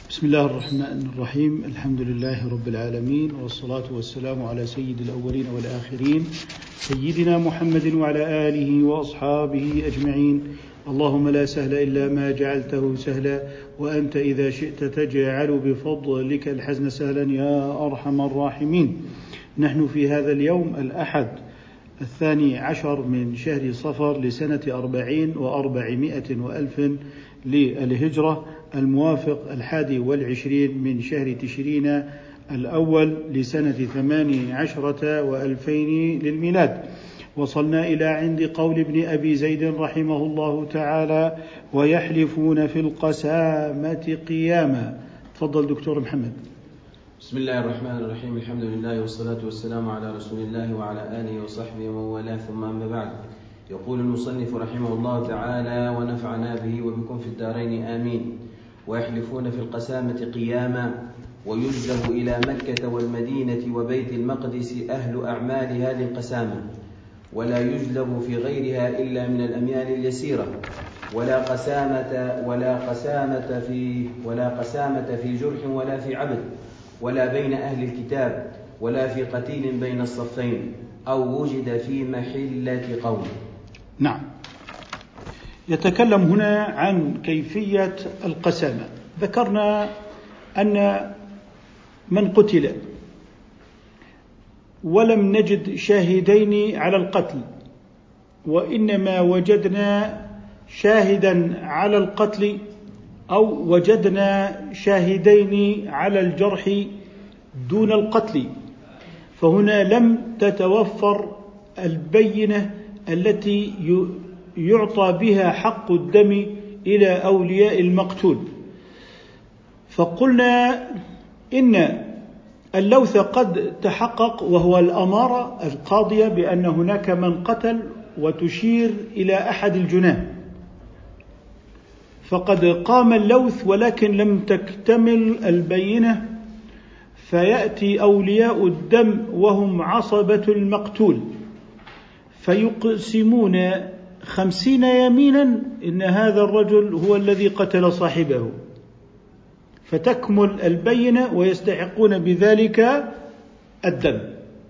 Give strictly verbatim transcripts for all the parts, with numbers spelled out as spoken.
بسم الله الرحمن الرحيم. الحمد لله رب العالمين، والصلاة والسلام على سيد الأولين والآخرين سيدنا محمد وعلى آله وأصحابه أجمعين. اللهم لا سهل إلا ما جعلته سهلا، وأنت إذا شئت تجعل بفضلك الحزن سهلا يا أرحم الراحمين. نحن في هذا اليوم الأحد الثاني عشر من شهر صفر لسنة أربعين وأربعمائة وألف للهجرة، الموافق الحادي والعشرين من شهر تشرين الأول لسنة ثماني عشرة وألفين للميلاد. وصلنا إلى عند قول ابن أبي زيد رحمه الله تعالى: ويحلفون في القسامة قياما. تفضل دكتور محمد. بسم الله الرحمن الرحيم. الحمد لله والصلاة والسلام على رسول الله وعلى آله وصحبه ومن والاه، ثم أما بعد. يقول المصنف رحمه الله تعالى: ونفعنا به وبكم في الدارين آمين. ويحلفون في القسامة قياما، ويجلب إلى مكة والمدينة وبيت المقدس أهل أعمالها للقسامة، ولا يجلب في غيرها إلا من الأميال اليسيرة، ولا قسامة ولا قسامة في ولا قسامة في جرح ولا في عبد، ولا بين أهل الكتاب، ولا في قتيل بين الصفين، أو وجد في محلة قوم. نعم، يتكلم هنا عن كيفية القسامة. ذكرنا أن من قتل ولم نجد شاهدين على القتل، وإنما وجدنا شاهدا على القتل أو وجدنا شاهدين على الجرح دون القتل، فهنا لم تتوفر البينة التي يعطى بها حق الدم إلى أولياء المقتول. فقلنا إن اللوث قد تحقق، وهو الأمارة القاضية بأن هناك من قتل وتشير إلى أحد الجناه، فقد قام اللوث ولكن لم تكتمل البينة، فيأتي أولياء الدم وهم عصبة المقتول فيقسمون خمسين يمينا إن هذا الرجل هو الذي قتل صاحبه، فتكمل البينة ويستحقون بذلك الدم.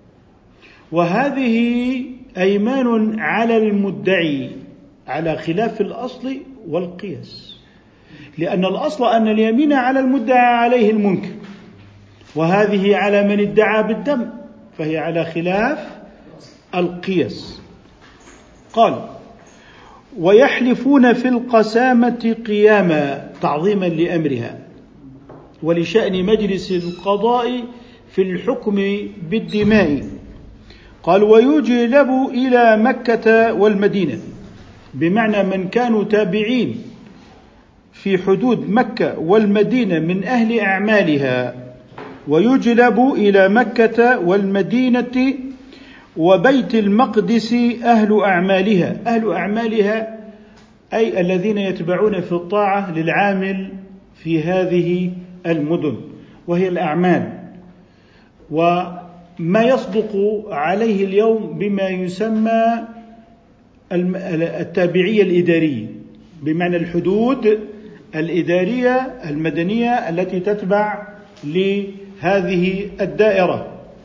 وهذه أيمان على المدعي على خلاف الأصل والقياس، لأن الأصل أن اليمين على المدعى عليه المنكر، وهذه على من ادعى بالدم، فهي على خلاف القياس. قال: ويحلفون في القسامة قياما، تعظيما لأمرها ولشأن مجلس القضاء في الحكم بالدماء. قال: ويجلب إلى مكة والمدينة، بمعنى من كانوا تابعين في حدود مكة والمدينة من أهل أعمالها، ويجلب إلى مكة والمدينة وبيت المقدس أهل أعمالها. أهل أعمالها أي الذين يتبعون في الطاعة للعامل في هذه المدن، وهي الأعمال، وما يصدق عليه اليوم بما يسمى التابعية الإدارية، بمعنى الحدود الإدارية المدنية التي تتبع لهذه الدائرة.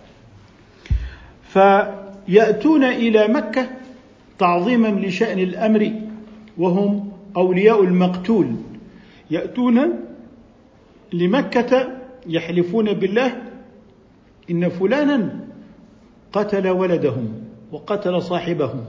فيأتون إلى مكة تعظيما لشأن الأمر، وهم أولياء المقتول، يأتون لمكة يحلفون بالله إن فلانا قتل ولدهم وقتل صاحبهم.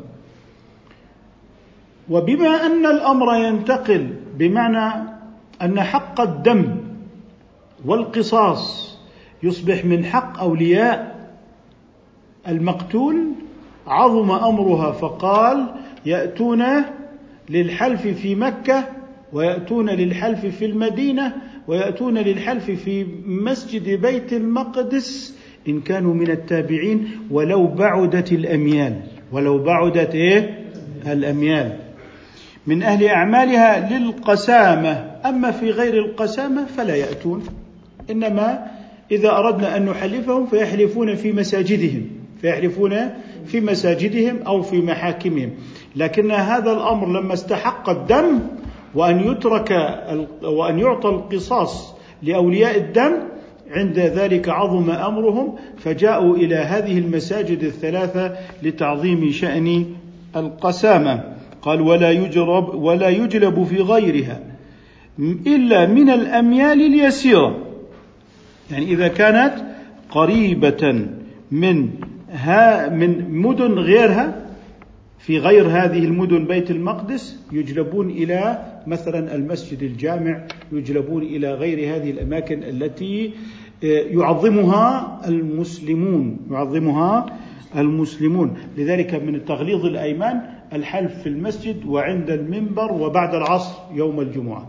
وبما أن الأمر ينتقل بمعنى أن حق الدم والقصاص يصبح من حق أولياء المقتول، عظم أمرها، فقال: يأتون للحلف في مكة، ويأتون للحلف في المدينة، ويأتون للحلف في مسجد بيت المقدس إن كانوا من التابعين، ولو بعدت الأميال ولو بعدت إيه؟ الأميال من أهل أعمالها للقسامة. أما في غير القسامة فلا يأتون، إنما إذا أردنا أن نحلفهم فيحلفون في مساجدهم فيحلفون في مساجدهم أو في محاكمهم. لكن هذا الأمر لما استحق الدم وأن يترك وأن يعطى القصاص لأولياء الدم عند ذلك عظم أمرهم، فجاءوا إلى هذه المساجد الثلاثة لتعظيم شأن القسامة. قال ولا يجرب ولا يجلب في غيرها إلا من الأميال اليسيرة، يعني إذا كانت قريبة من ها من مدن غيرها، في غير هذه المدن بيت المقدس يجلبون إلى مثلا المسجد الجامع، يجلبون إلى غير هذه الأماكن التي يعظمها المسلمون يعظمها المسلمون لذلك من تغليظ الأيمان الحلف في المسجد وعند المنبر وبعد العصر يوم الجمعة.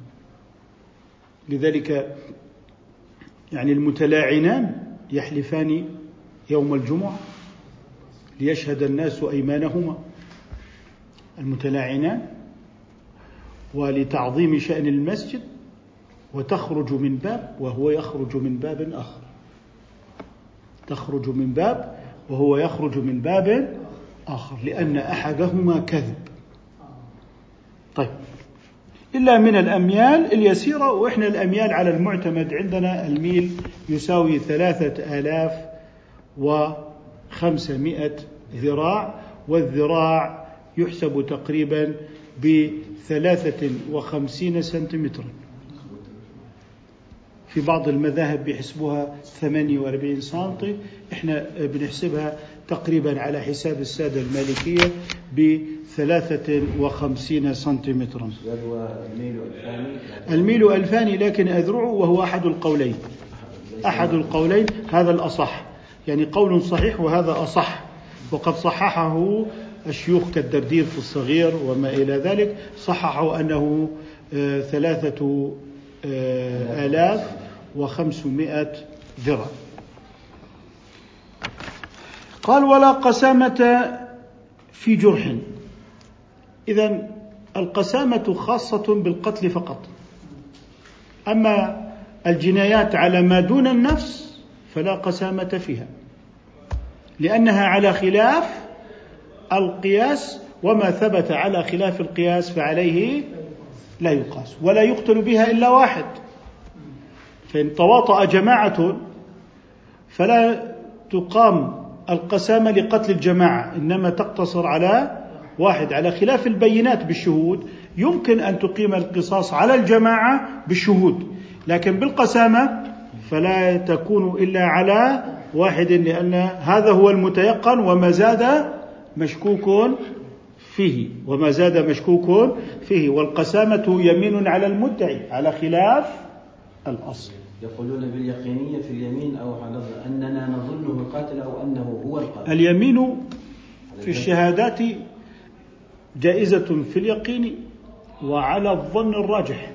لذلك يعني المتلاعنان يحلفان يوم الجمعة ليشهد الناس أيمانهما، المتلاعنان، ولتعظيم شأن المسجد، وتخرج من باب وهو يخرج من باب آخر، تخرج من باب وهو يخرج من باب آخر، لأن أحدهما كذب. طيب إلا من الأميال اليسيرة، وإحنا الأميال على المعتمد عندنا الميل يساوي ثلاثة آلاف وخمسمائة ذراع، والذراع يحسب تقريبا بثلاثة وخمسين سنتيمترا، في بعض المذاهب بيحسبوها ثمانية وأربعين سنتي، إحنا بنحسبها تقريبا على حساب السادة المالكية بثلاثة وخمسين سنتيمترا. الميل ألفاني، لكن أذرعه وهو أحد القولين أحد القولين هذا الأصح، يعني قول صحيح وهذا أصح، وقد صححه الشيوخ كالدردير في الصغير وما إلى ذلك، صححوا أنه ثلاثة آلاف وخمسمائة ذراع. قال ولا قسامة في جرح، إذن القسامة خاصة بالقتل فقط، أما الجنايات على ما دون النفس فلا قسامة فيها، لأنها على خلاف القياس، وما ثبت على خلاف القياس فعليه لا يقاس، ولا يقتل بها إلا واحد، فإن تواطأ جماعة فلا تقام القسامة لقتل الجماعة، إنما تقتصر على واحد، على خلاف البينات بالشهود يمكن أن تقيم القصاص على الجماعة بالشهود، لكن بالقسامة فلا تكون إلا على واحد، لأن هذا هو المتيقن، وما زاد مشكوك فيه وما زاد مشكوك فيه والقسامة يمين على المدعي على خلاف الأصل. يقولون باليقينية في اليمين أو على أننا نظنه القاتل أو أنه هو القاتل. اليمين في الشهادات جائزة في اليقين وعلى الظن الراجح،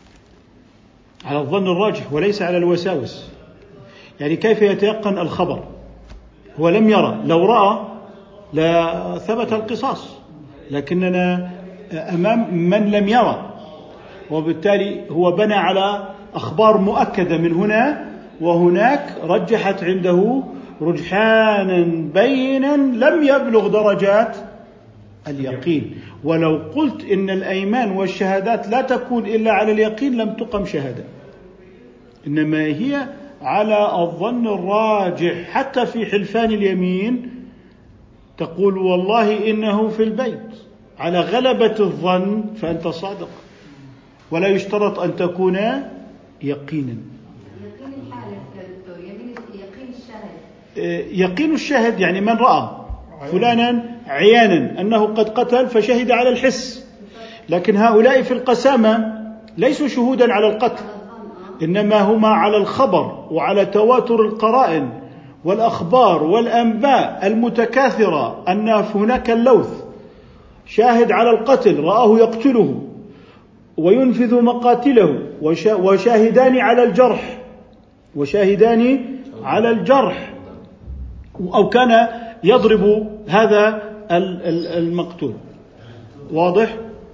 على الظن الراجح وليس على الوساوس. يعني كيف يتيقن الخبر؟ هو لم يرى، لو رأى لا ثبت القصاص، لكننا أمام من لم يرى، وبالتالي هو بنى على أخبار مؤكدة من هنا وهناك رجحت عنده رجحانا بينا لم يبلغ درجات اليقين. ولو قلت إن الأيمان والشهادات لا تكون إلا على اليقين لم تقم شهادة، إنما هي على الظن الراجح. حتى في حلفان اليمين تقول والله إنه في البيت على غلبة الظن فأنت صادق، ولا يشترط أن تكون يقينا. يقين الحالة دكتور، يقين الشاهد. يقين الشاهد يعني من رأى فلانا عيانا أنه قد قتل فشهد على الحس، لكن هؤلاء في القسامة ليسوا شهودا على القتل، إنما هما على الخبر وعلى تواتر القرائن والأخبار والأنباء المتكاثرة أن هناك اللوث، شاهد على القتل رآه يقتله وينفذ مقاتله، وشاهدان على الجرح وشاهدان على الجرح أو كان يضرب هذا المقتول. واضح؟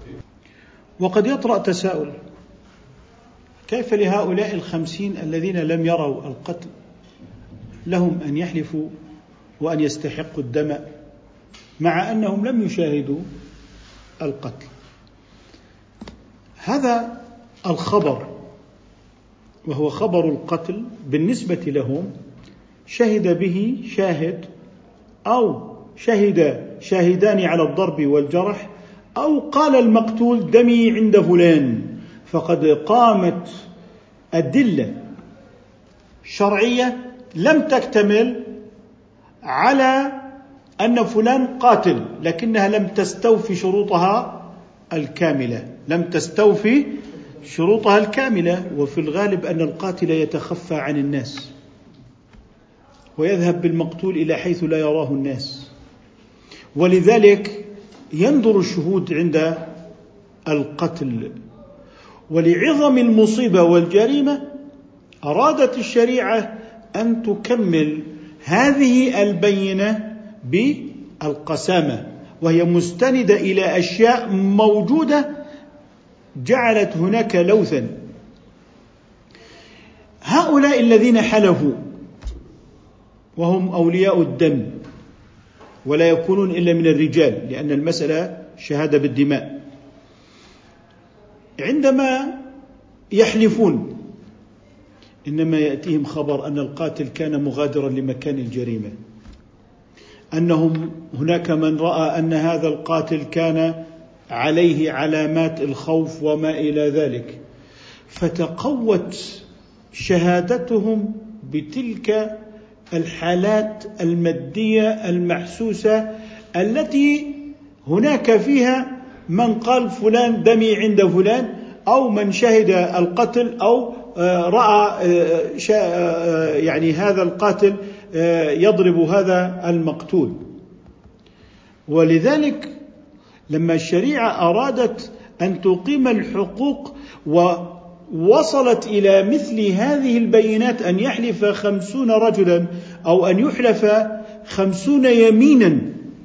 وقد يطرأ تساؤل: كيف لهؤلاء الخمسين الذين لم يروا القتل لهم أن يحلفوا وأن يستحقوا الدم مع أنهم لم يشاهدوا القتل؟ هذا الخبر وهو خبر القتل بالنسبة لهم شهد به شاهد أو شهد شاهدان على الضرب والجرح أو قال المقتول دمي عند فلان، فقد قامت أدلة شرعية لم تكتمل على أن فلان قاتل، لكنها لم تستوفي شروطها الكاملة لم تستوفي شروطها الكاملة وفي الغالب أن القاتل يتخفى عن الناس ويذهب بالمقتول إلى حيث لا يراه الناس، ولذلك يندر الشهود عند القتل. ولعظم المصيبة والجريمة أرادت الشريعة أن تكمل هذه البينة بالقسامة، وهي مستندة إلى أشياء موجودة جعلت هناك لوثا. هؤلاء الذين حلفوا وهم أولياء الدم ولا يكونون إلا من الرجال، لأن المسألة شهادة بالدماء، عندما يحلفون إنما يأتيهم خبر أن القاتل كان مغادرا لمكان الجريمة، أنهم هناك من رأى أن هذا القاتل كان عليه علامات الخوف وما إلى ذلك، فتقوت شهادتهم بتلك الحالات المادية المحسوسة التي هناك فيها من قال فلان دمي عند فلان، أو من شهد القتل، أو رأى يعني هذا القاتل يضرب هذا المقتول. ولذلك لما الشريعة أرادت أن تقيم الحقوق ووصلت إلى مثل هذه البينات، أن يحلف خمسون رجلا أو أن يحلف خمسون يمينا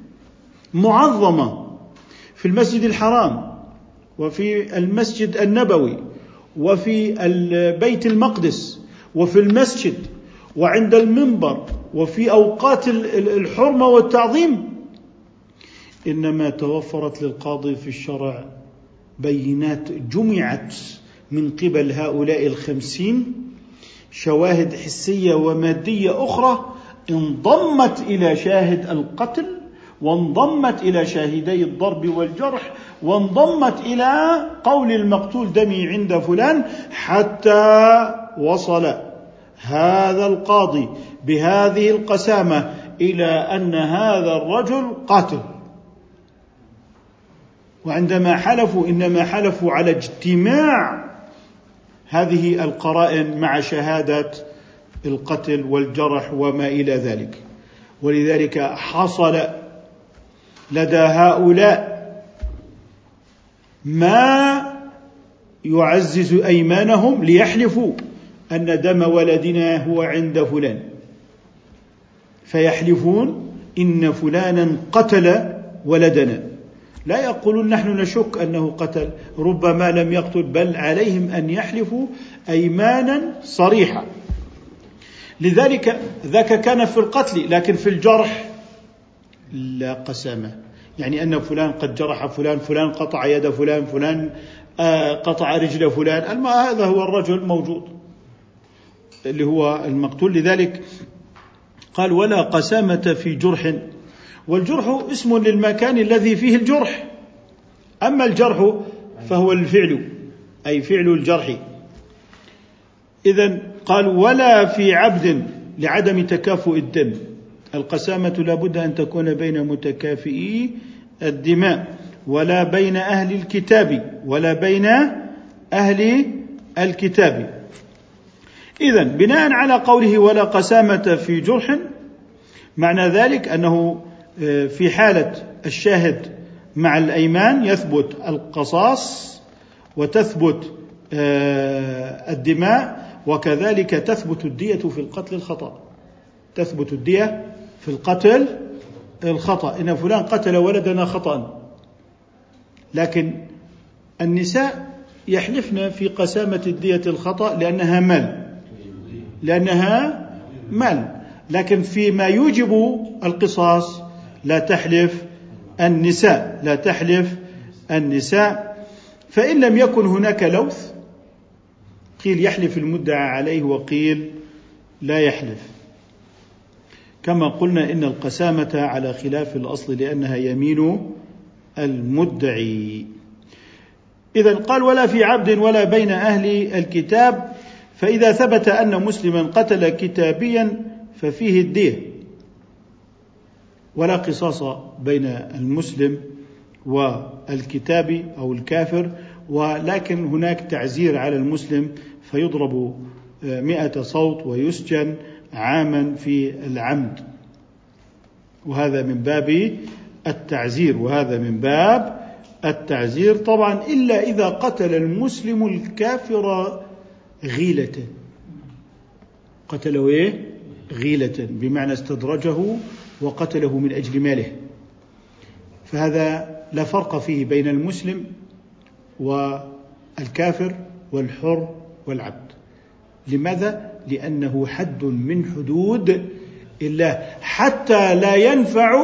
معظمة في المسجد الحرام وفي المسجد النبوي وفي البيت المقدس وفي المسجد وعند المنبر وفي أوقات الحرمة والتعظيم، إنما توفرت للقاضي في الشرع بينات جمعت من قبل هؤلاء الخمسين، شواهد حسية ومادية أخرى انضمت إلى شاهد القتل، وانضمت إلى شاهدي الضرب والجرح، وانضمت إلى قول المقتول دمي عند فلان، حتى وصل هذا القاضي بهذه القسامة إلى أن هذا الرجل قاتل. وعندما حلفوا إنما حلفوا على اجتماع هذه القرائن مع شهادة القتل والجرح وما إلى ذلك. ولذلك حصل لدى هؤلاء ما يعزز أيمانهم ليحلفوا أن دم ولدنا هو عند فلان، فيحلفون إن فلانا قتل ولدنا، لا يقولون نحن نشك أنه قتل، ربما لم يقتل، بل عليهم أن يحلفوا أيمانا صريحة. لذلك ذاك كان في القتل، لكن في الجرح لا قسامة، يعني أن فلان قد جرح فلان، فلان قطع يد فلان، فلان قطع رجل فلان، هذا هو الرجل موجود اللي هو المقتول. لذلك قال ولا قسامة في جرح، والجرح اسم للمكان الذي فيه الجرح، أما الجرح فهو الفعل، أي فعل الجرح. إذن قال ولا في عبد لعدم تكافؤ الدم، القسامة لابد أن تكون بين متكافئي الدماء، ولا بين أهل الكتاب، ولا بين أهل الكتاب. إذن بناء على قوله ولا قسامة في جرح، معنى ذلك أنه في حالة الشاهد مع الأيمان يثبت القصاص وتثبت الدماء، وكذلك تثبت الدية في القتل الخطأ، تثبت الدية في القتل الخطأ، إن فلان قتل ولدنا خطأ. لكن النساء يحلفن في قسامة الدية الخطأ لأنها مال، لأنها مال، لكن فيما يوجب القصاص لا تحلف النساء، لا تحلف النساء. فإن لم يكن هناك لوث قيل يحلف المدعى عليه وقيل لا يحلف. كما قلنا إن القسامة على خلاف الأصل لأنها يمين المدعي. إذن قال ولا في عبد ولا بين أهل الكتاب، فإذا ثبت أن مسلما قتل كتابيا ففيه الدية، ولا قصاص بين المسلم والكتابي أو الكافر، ولكن هناك تعزير على المسلم فيضرب مئة صوت ويسجن عاما في العمد، وهذا من باب التعزير وهذا من باب التعزير طبعا، إلا إذا قتل المسلم الكافر غيلة. قتله إيه؟ غيلة، بمعنى استدرجه وقتله من أجل ماله، فهذا لا فرق فيه بين المسلم والكافر والحر والعبد. لماذا؟ لأنه حد من حدود الله، حتى لا ينفع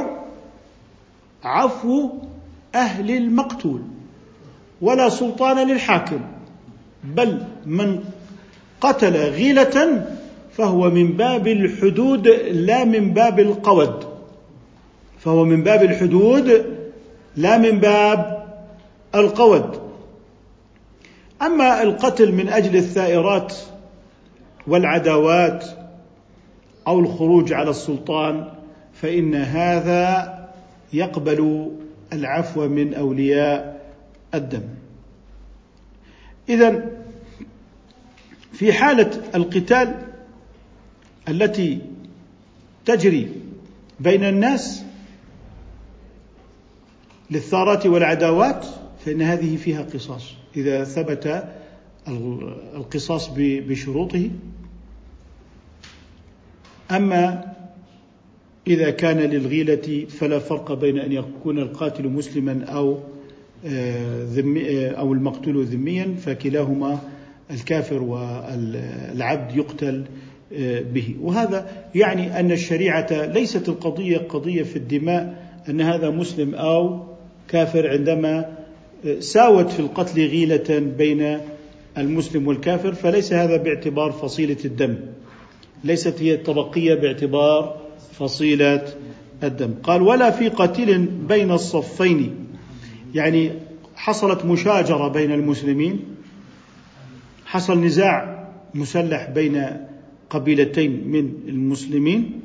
عفو أهل المقتول ولا سلطان للحاكم، بل من قتل غيلة فهو من باب الحدود لا من باب القود، فهو من باب الحدود لا من باب القود. أما القتل من أجل الثائرات والعداوات أو الخروج على السلطان فإن هذا يقبل العفو من أولياء الدم. إذن في حالة القتال التي تجري بين الناس للثارات والعداوات فإن هذه فيها قصاص إذا ثبت القصاص بشروطه. أما إذا كان للغيلة فلا فرق بين أن يكون القاتل مسلما أو أو المقتول ذميا، فكلاهما الكافر والعبد يقتل به. وهذا يعني أن الشريعة ليست القضية قضية في الدماء أن هذا مسلم أو كافر، عندما ساوت في القتل غيلة بين المسلم والكافر فليس هذا باعتبار فصيلة الدم، ليست هي الطبقية باعتبار فصيلة الدم. قال ولا في قتيل بين الصفين، يعني حصلت مشاجرة بين المسلمين، حصل نزاع مسلح بين قبيلتين من المسلمين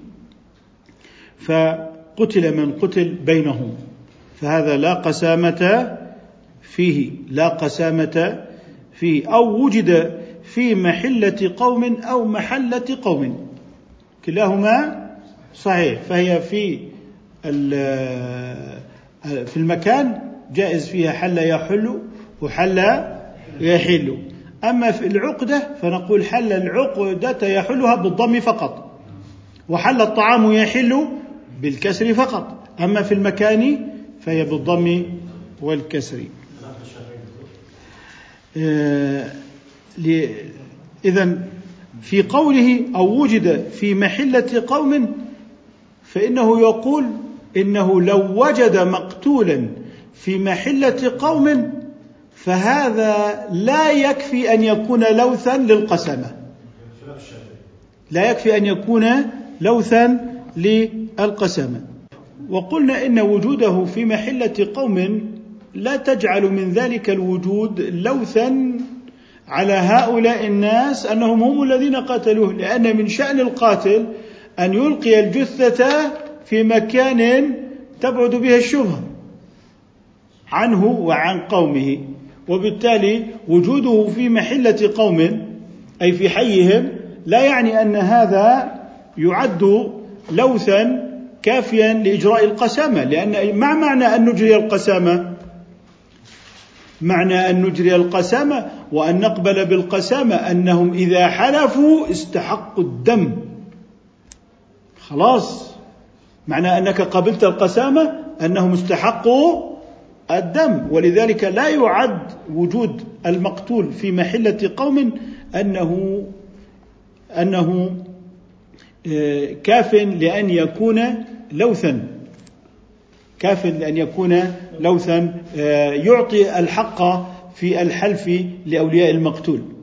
فقتل من قتل بينهم، فهذا لا قسامة فيه، لا قسامة فيه. أو وجد في محلة قوم أو محلة قوم، كلاهما صحيح، فهي في في المكان جائز فيها حل يحل وحل يحل. أما في العقدة فنقول حل العقدة يحلها بالضم فقط، وحل الطعام يحل بالكسر فقط. أما في المكان فهي بالضم والكسر. إذن في قوله أو وجد في محلة قوم فإنه يقول إنه لو وجد مقتولا في محلة قوم فهذا لا يكفي أن يكون لوثا للقسمة، لا يكفي أن يكون لوثا للقسمة. وقلنا إن وجوده في محلة قوم لا تجعل من ذلك الوجود لوثا على هؤلاء الناس أنهم هم الذين قتلوه، لأن من شأن القاتل أن يلقي الجثة في مكان تبعد بها الشبهة عنه وعن قومه، وبالتالي وجوده في محلة قوم أي في حيهم لا يعني أن هذا يعد لوثا كافيا لإجراء القسامة. لأن ما معنى أن نجري القسامة؟ معنى أن نجري القسامة وأن نقبل بالقسامة أنهم إذا حلفوا استحقوا الدم، خلاص، معنى أنك قبلت القسامة أنهم استحقوا الدم. ولذلك لا يعد وجود المقتول في محلة قوم أنه أنه كاف لأن يكون لوثا، كاف لأن يكون لوثا يعطي الحق في الحلف لأولياء المقتول.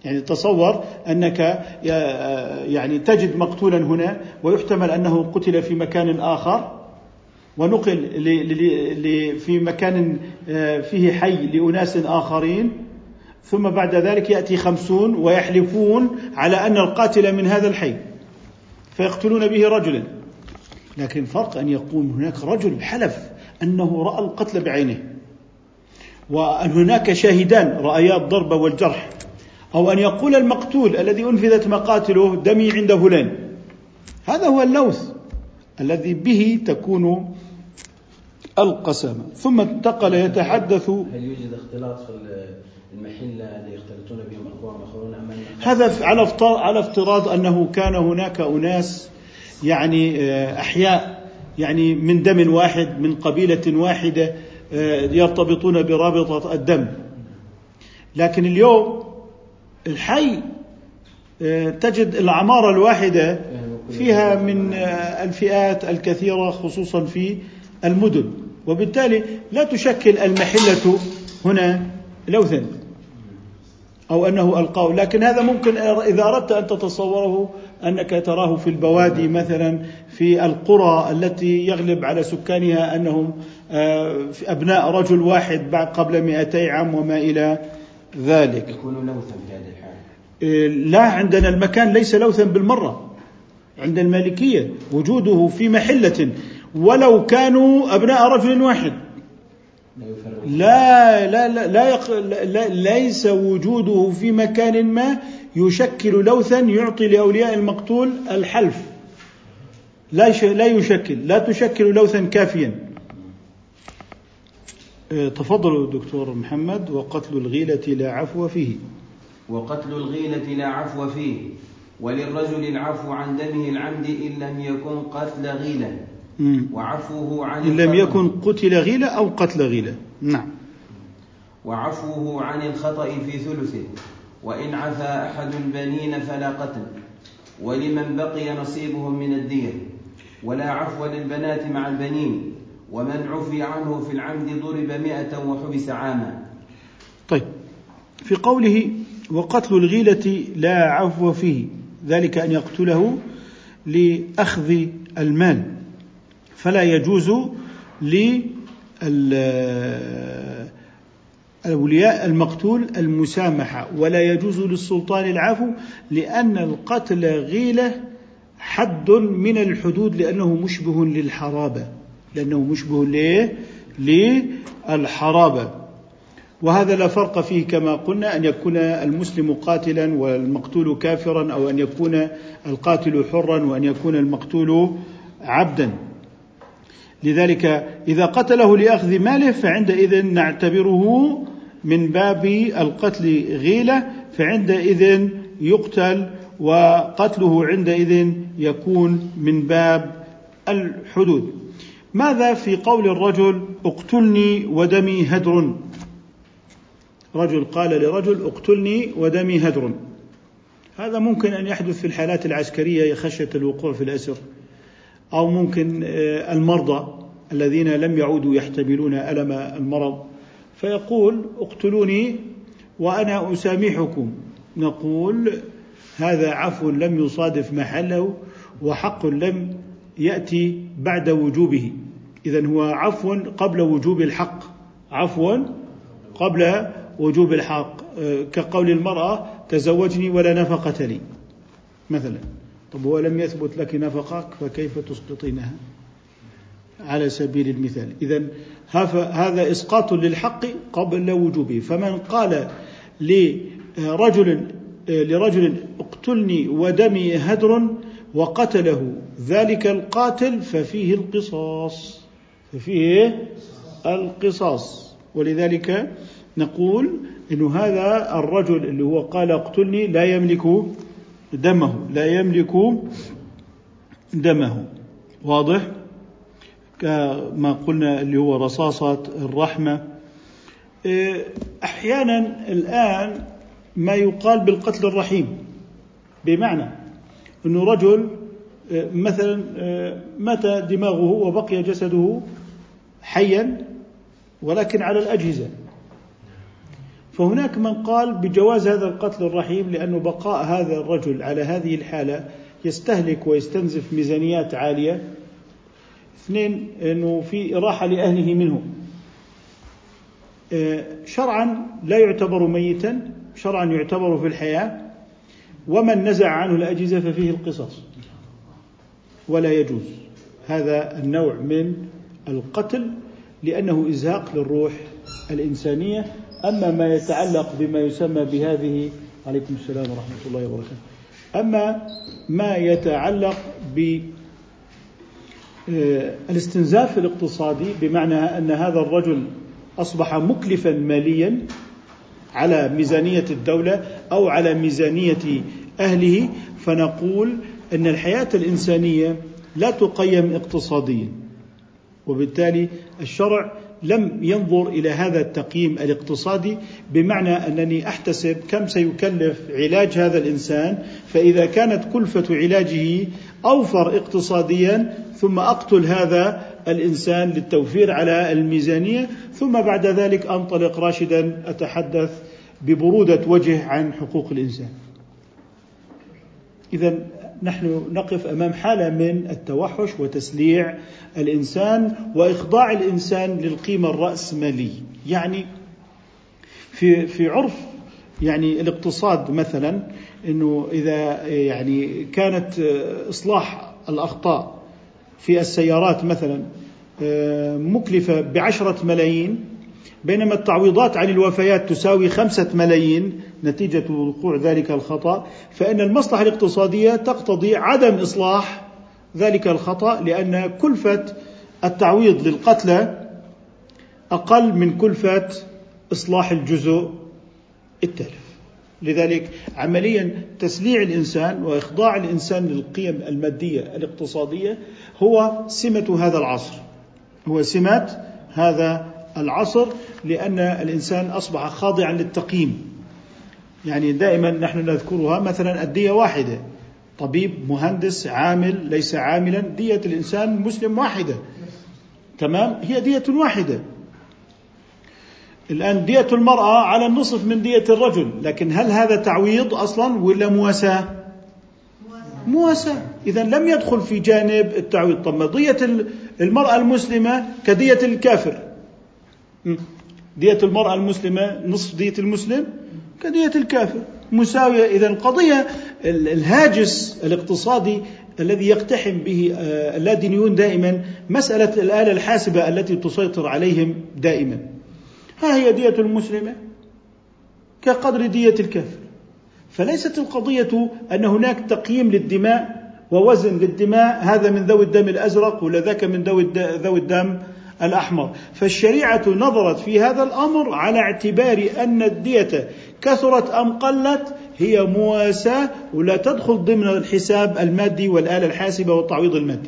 يعني تصور أنك يعني تجد مقتولا هنا ويحتمل أنه قتل في مكان آخر ونقل في مكان فيه حي لأناس آخرين، ثم بعد ذلك يأتي خمسون ويحلفون على أن القاتل من هذا الحي فيقتلون به رجلا. لكن فرق أن يقوم هناك رجل حلف أنه رأى القتل بعينه وأن هناك شاهدان رأيا الضرب والجرح، أو أن يقول المقتول الذي أنفذت مقاتله دمي عند فلان. هذا هو اللوث الذي به تكون القسامة. ثم انتقل يتحدث. هل يوجد اختلاط في المحلة الذي يختلطون بهم أقوام آخرون أم هذا على على افتراض أنه كان هناك أناس يعني أحياء يعني من دم واحد من قبيلة واحدة يرتبطون برابطة الدم. لكن اليوم الحي تجد العمارة الواحدة فيها من الفئات الكثيرة خصوصا في المدن، وبالتالي لا تشكل المحلة هنا لوثا أو أنه ألقاه. لكن هذا ممكن إذا أردت أن تتصوره أنك تراه في البوادي مثلا في القرى التي يغلب على سكانها أنهم أبناء رجل واحد بعد قبل مئتي عام وما إلى ذلك. يكون لوثا في هذه الحالة؟ لا، عندنا المكان ليس لوثا بالمرة. عند المالكية وجوده في محلة ولو كانوا أبناء رجل واحد لا لا لا, لا, يق... لا ليس وجوده في مكان ما يشكل لوثا يعطي لأولياء المقتول الحلف. لا يش... لا يشكل لا تشكل لوثا كافيا. تفضلوا دكتور محمد. وقتل الغيلة لا عفو فيه. وقتل الغيلة لا عفو فيه، وللرجل العفو عن دمه العمد إن لم يكن قتل غيلة، وعفوه عن إن لم يكن قتل غيلة أو قتل غيلة. نعم. وعفوه عن الخطأ في ثلثه، وإن عفى أحد البنين فلا قتل، ولمن بقي نصيبهم من الدية، ولا عفو للبنات مع البنين، ومن عفي عنه في العمد ضرب مئة وحبس عاما. طيب، في قوله وقتل الغيلة لا عفو فيه، ذلك أن يقتله لأخذ المال، فلا يجوز لأولياء المقتول المسامحة، ولا يجوز للسلطان العفو، لأن القتل غيلة حد من الحدود، لأنه مشبه للحرابة لأنه مشبه ليه؟ للحرابة. وهذا لا فرق فيه كما قلنا أن يكون المسلم قاتلا والمقتول كافرا، أو أن يكون القاتل حرا وأن يكون المقتول عبدا. لذلك إذا قتله لأخذ ماله فعندئذ نعتبره من باب القتل غيلة، فعندئذ يقتل، وقتله عندئذ يكون من باب الحدود. ماذا في قول الرجل اقتلني ودمي هدر؟ رجل قال لرجل اقتلني ودمي هدر. هذا ممكن أن يحدث في الحالات العسكرية خشية الوقوع في الأسر، أو ممكن المرضى الذين لم يعودوا يحتملون ألم المرض، فيقول اقتلوني وأنا أسامحكم. نقول هذا عفو لم يصادف محله، وحق لم يأتي بعد وجوبه. إذن هو عفو قبل وجوب الحق، عفو قبل وجوب الحق، كقول المرأة تزوجني ولا نفقة لي مثلا. طب هو لم يثبت لك نفقك فكيف تسقطينها على سبيل المثال؟ إذن هذا إسقاط للحق قبل وجوبه. فمن قال لرجل لرجل اقتلني ودمي هدر وقتله ذلك القاتل ففيه القصاص ففيه القصاص. ولذلك نقول إنه هذا الرجل اللي هو قال اقتلني لا يملك دمه لا يملك دمه واضح؟ كما قلنا اللي هو رصاصة الرحمة. أحيانا الآن ما يقال بالقتل الرحيم، بمعنى أنه رجل مثلا مات دماغه وبقي جسده حيا ولكن على الأجهزة، فهناك من قال بجواز هذا القتل الرحيم، لأنه بقاء هذا الرجل على هذه الحالة يستهلك ويستنزف ميزانيات عالية. اثنين، أنه في إراحة لأهله منه. شرعا لا يعتبر ميتا، شرعا يعتبر في الحياة، ومن نزع عنه الأجهزة ففيه القصاص، ولا يجوز هذا النوع من القتل لأنه إزهاق للروح الإنسانية. أما ما يتعلق بما يسمى بهذه، عليكم السلام ورحمة الله وبركاته، أما ما يتعلق بالاستنزاف الاقتصادي، بمعنى أن هذا الرجل أصبح مكلفا ماليا على ميزانية الدولة أو على ميزانية أهله، فنقول أن الحياة الإنسانية لا تقيم اقتصاديا، وبالتالي الشرع لم ينظر إلى هذا التقييم الاقتصادي، بمعنى أنني أحتسب كم سيكلف علاج هذا الإنسان، فإذا كانت كلفة علاجه أوفر اقتصاديا ثم أقتل هذا الإنسان للتوفير على الميزانية، ثم بعد ذلك أنطلق راشدا أتحدث ببرودة وجه عن حقوق الإنسان. إذن نحن نقف أمام حالة من التوحش وتسليع الإنسان وإخضاع الإنسان للقيمة الرأسمالية. يعني في في عرف يعني الاقتصاد مثلا، إنه إذا يعني كانت إصلاح الأخطاء في السيارات مثلا مكلفة بعشرة ملايين، بينما التعويضات عن الوفيات تساوي خمسة ملايين نتيجة وقوع ذلك الخطأ، فإن المصلحة الاقتصادية تقتضي عدم إصلاح ذلك الخطأ، لأن كلفة التعويض للقتلى أقل من كلفة إصلاح الجزء التالف. لذلك عمليا تسليع الإنسان وإخضاع الإنسان للقيم المادية الاقتصادية هو سمة هذا العصر، هو سمة هذا العصر، لأن الإنسان أصبح خاضعا للتقييم. يعني دائما نحن نذكرها، مثلا الدية واحدة، طبيب، مهندس، عامل، ليس عاملا، دية الإنسان مسلم واحدة، تمام، هي دية واحدة. الآن دية المرأة على النصف من دية الرجل، لكن هل هذا تعويض أصلا ولا مواساة؟ مواساة. إذن لم يدخل في جانب التعويض. طب دية المرأة المسلمة كدية الكافر، دية المرأة المسلمة نصف دية المسلم كدية الكافر، مساوية. إذن القضية الهاجس الاقتصادي الذي يقتحم به اللادينيون دائما مسألة الآلة الحاسبة التي تسيطر عليهم دائما. ها هي دية المسلمة كقدر دية الكافر. فليست القضية أن هناك تقييم للدماء ووزن للدماء، هذا من ذوي الدم الأزرق ولا ذاك من ذوي الدم الأحمر. فالشريعة نظرت في هذا الأمر على اعتبار أن الدية كثرت أم قلت هي مواساة، ولا تدخل ضمن الحساب المادي والآلة الحاسبة والتعويض المادي.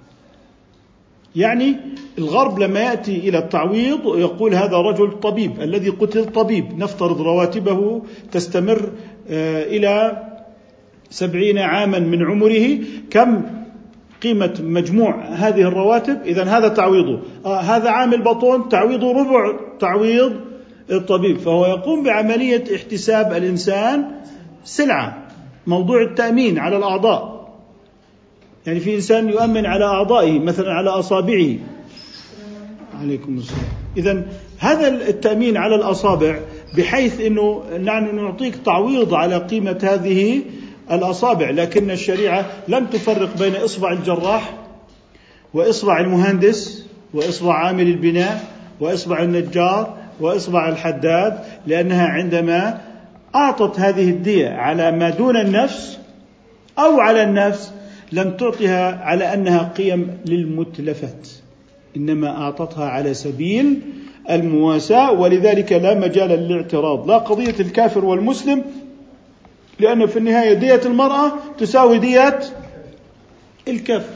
يعني الغرب لما يأتي إلى التعويض يقول هذا رجل طبيب، الذي قتل طبيب، نفترض رواتبه تستمر إلى سبعين عاما من عمره، كم قيمة مجموع هذه الرواتب؟ إذن هذا تعويضه. آه هذا عامل بطون تعويضه ربع تعويض الطبيب. فهو يقوم بعملية احتساب الإنسان سلعة، موضوع التأمين على الأعضاء. يعني في إنسان يؤمن على أعضائه، مثلا على أصابعه. عليكم السلام. إذن هذا التأمين على الأصابع بحيث أنه نحن نعطيك تعويض على قيمة هذه الأصابع، لكن الشريعة لم تفرق بين إصبع الجراح وإصبع المهندس وإصبع عامل البناء وإصبع النجار وإصبع الحداد، لأنها عندما أعطت هذه الدية على ما دون النفس أو على النفس لم تعطها على أنها قيم للمتلفات، إنما أعطتها على سبيل المواساة. ولذلك لا مجال للاعتراض، لا قضية الكافر والمسلم، لأن في النهاية دية المرأة تساوي دية الكافر.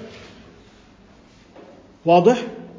واضح؟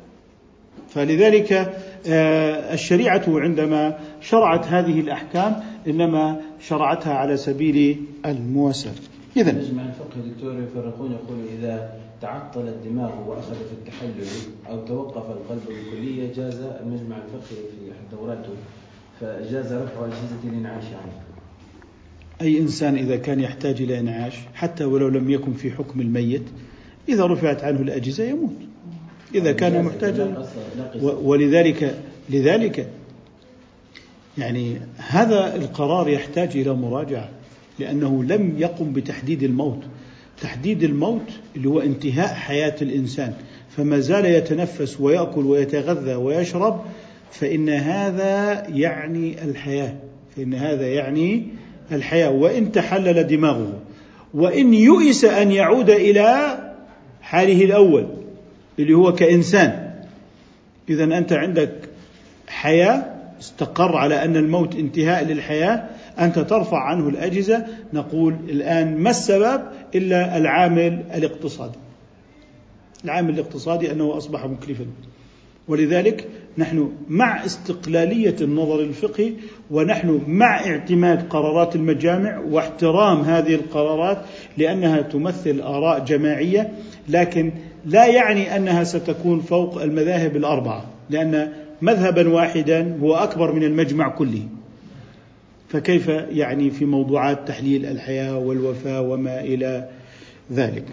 فلذلك الشريعة عندما شرعت هذه الأحكام إنما شرعتها على سبيل المواساة. إذن مجمع الفقه دكتور يفرقون، يقول إذا تعطل الدماغ وأخذ في التحلل أو توقف القلب بالكلية جاز المجمع الفقهي في دوراته فجاز رفع أجهزة الإنعاش عنه. أي إنسان إذا كان يحتاج إلى إنعاش حتى ولو لم يكن في حكم الميت، إذا رفعت عنه الأجهزة يموت إذا كان محتاجا. ولذلك لذلك يعني هذا القرار يحتاج إلى مراجعة، لأنه لم يقم بتحديد الموت. تحديد الموت اللي هو انتهاء حياة الإنسان، فما زال يتنفس ويأكل ويتغذى ويشرب، فإن هذا يعني الحياة، فإن هذا يعني الحياة. وإن تحلل دماغه، وإن يؤس أن يعود إلى حاله الأول اللي هو كإنسان، إذن أنت عندك حياة، استقر على أن الموت انتهاء للحياة، أنت ترفع عنه الأجهزة. نقول الآن ما السبب إلا العامل الاقتصادي. العامل الاقتصادي أنه أصبح مكلفا. ولذلك نحن مع استقلالية النظر الفقهي، ونحن مع اعتماد قرارات المجامع واحترام هذه القرارات لأنها تمثل آراء جماعية، لكن لا يعني أنها ستكون فوق المذاهب الأربعة، لأن مذهبا واحدا هو أكبر من المجمع كله. فكيف يعني في موضوعات تحليل الحياة والوفاة وما إلى ذلك.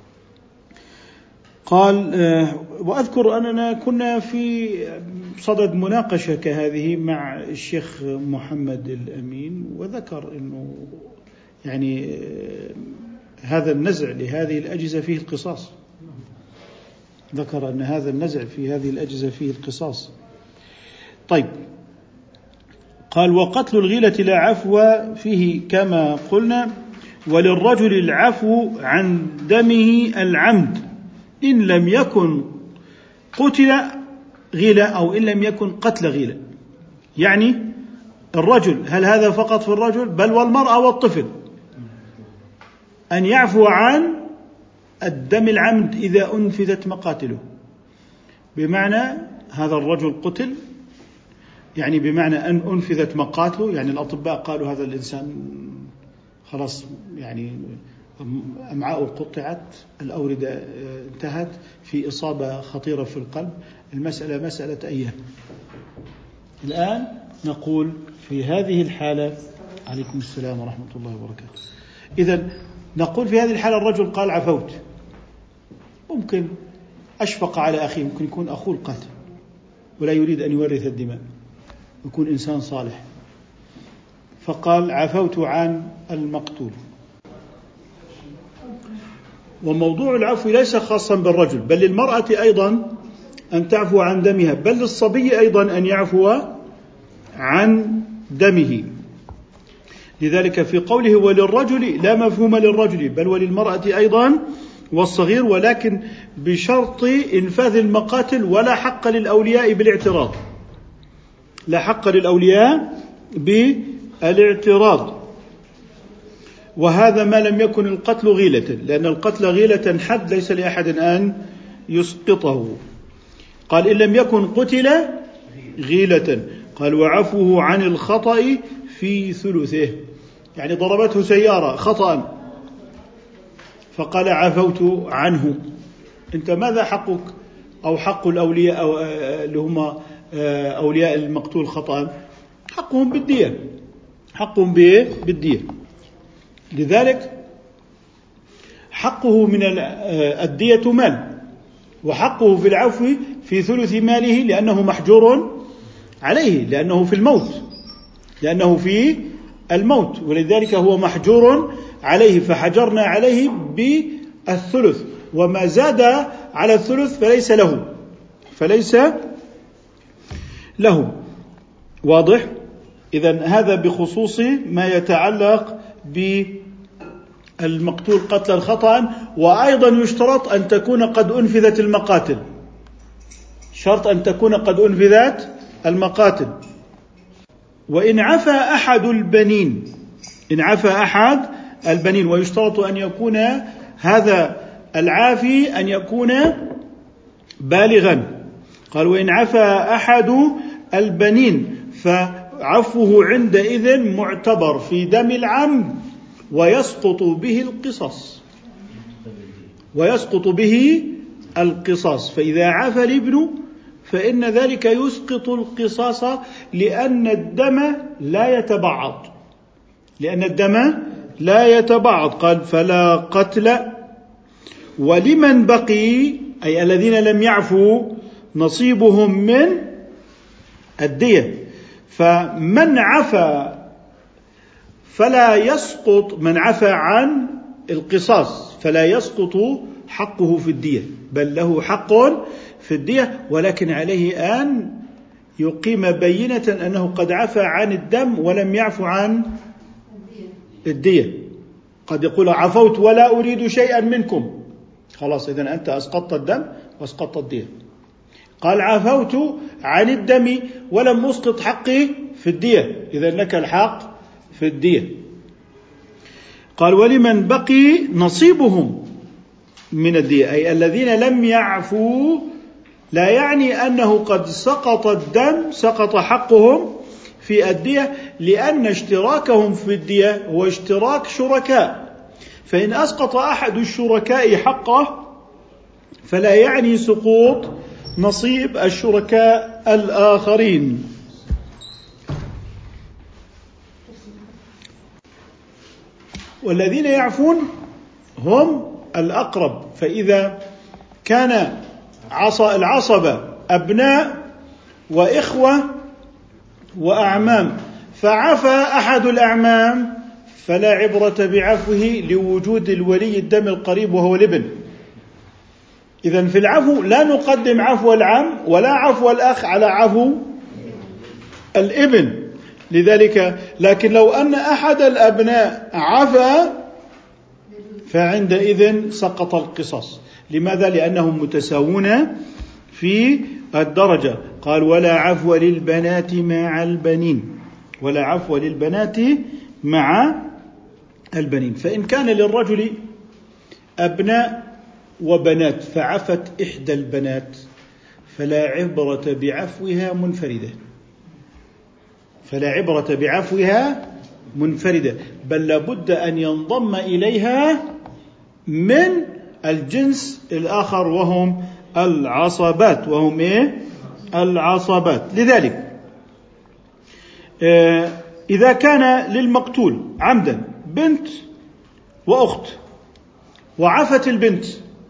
قال وأذكر أننا كنا في صدد مناقشة كهذه مع الشيخ محمد الأمين، وذكر أنه يعني هذا النزع لهذه الأجهزة فيه القصاص. ذكر أن هذا النزع في هذه الأجهزة فيه القصاص. طيب، قال وقتل الغيلة لا عفو فيه كما قلنا، وللرجل العفو عن دمه العمد إن لم يكن قتل غيلة أو إن لم يكن قتل غيلة. يعني الرجل، هل هذا فقط في الرجل؟ بل والمرأة والطفل، أن يعفو عن الدم العمد إذا أنفذت مقاتله. بمعنى هذا الرجل قتل، يعني بمعنى أن أنفذت مقاتله، يعني الأطباء قالوا هذا الإنسان خلاص يعني أمعاءه قطعت، الأوردة انتهت، في إصابة خطيرة في القلب، المسألة مسألة أيام. الآن نقول في هذه الحالة، عليكم السلام ورحمة الله وبركاته، إذن نقول في هذه الحالة الرجل قال عفوت، ممكن أشفق على أخيه، ممكن يكون أخوه القاتل ولا يريد أن يورث الدماء، يكون إنسان صالح، فقال عفوت عن المقتول. وموضوع العفو ليس خاصا بالرجل، بل للمرأة أيضا أن تعفو عن دمها، بل للصبي أيضا أن يعفو عن دمه. لذلك في قوله وللرجل لا مفهوم للرجل، بل وللمرأة أيضا والصغير، ولكن بشرط إنفاذ المقاتل، ولا حق للأولياء بالاعتراض، لا حق للأولياء بالاعتراض. وهذا ما لم يكن القتل غيلة، لأن القتل غيلة حد ليس لأحد أن يسقطه. قال إن لم يكن قتل غيلة. قال وعفوه عن الخطأ في ثلثه، يعني ضربته سيارة خطأ فقال عفوت عنه. أنت ماذا حقك أو حق الأولياء أو اللي هم أولياء المقتول خطأ؟ حقهم بالدية، حقهم بالدية. لذلك حقه من الدية مال، وحقه في العفو في ثلث ماله، لأنه محجور عليه، لأنه في الموت، لأنه في الموت، ولذلك هو محجور عليه، فحجرنا عليه بالثلث، وما زاد على الثلث فليس له فليس له واضح؟ إذن هذا بخصوص ما يتعلق بالمقتول قتلا خطأ. وأيضا يشترط أن تكون قد أنفذت المقاتل، شرط أن تكون قد أنفذت المقاتل. وإن عفى أحد البنين، إن عفى أحد البنين، ويشترط أن يكون هذا العافي أن يكون بالغا. قال وإن عفى أحد البنين فعفوه عندئذ معتبر في دم العمد، ويسقط به القصاص، ويسقط به القصاص. فإذا عفى الابن فإن ذلك يسقط القصاص لأن الدم لا يتبعض لأن الدم لا يتبعض. قال فلا قتل. ولمن بقي أي الذين لم يعفوا نصيبهم من الدية. فمن عفا فلا يسقط، من عفا عن القصاص فلا يسقط حقه في الدية، بل له حق في الدية، ولكن عليه أن يقيم بينة أنه قد عفا عن الدم ولم يعفو عن الدية. قد يقول عفوت ولا أريد شيئا منكم، خلاص إذن أنت أسقطت الدم وأسقطت الدية. قال عفوت عن الدم ولم أسقط حقي في الدية، إذن لك الحق في الدية. قال ولمن بقي نصيبهم من الدية، أي الذين لم يعفوا، لا يعني أنه قد سقط الدم، سقط حقهم في الدية، لأن اشتراكهم في الدية هو اشتراك شركاء، فإن أسقط أحد الشركاء حقه فلا يعني سقوط نصيب الشركاء الآخرين. والذين يعفون هم الأقرب، فإذا كان العصبة أبناء وإخوة وأعمام فعفى أحد الأعمام فلا عبرة بعفوه لوجود الولي الدم القريب وهو الابن. إذن في العفو لا نقدم عفو العم ولا عفو الأخ على عفو الابن. لذلك لكن لو أن أحد الأبناء عفى فعندئذ سقط القصاص. لماذا؟ لأنهم متساوون في الدرجة. قال ولا عفو للبنات مع البنين، ولا عفو للبنات مع البنين. فإن كان للرجل أبناء وبنات فعفت إحدى البنات فلا عبرة بعفوها منفردة، فلا عبرة بعفوها منفردة، بل لابد أن ينضم إليها من الجنس الآخر وهم العصبات، وهم إيه؟ العصبات. لذلك إذا كان للمقتول عمدا بنت وأخت وعفت البنت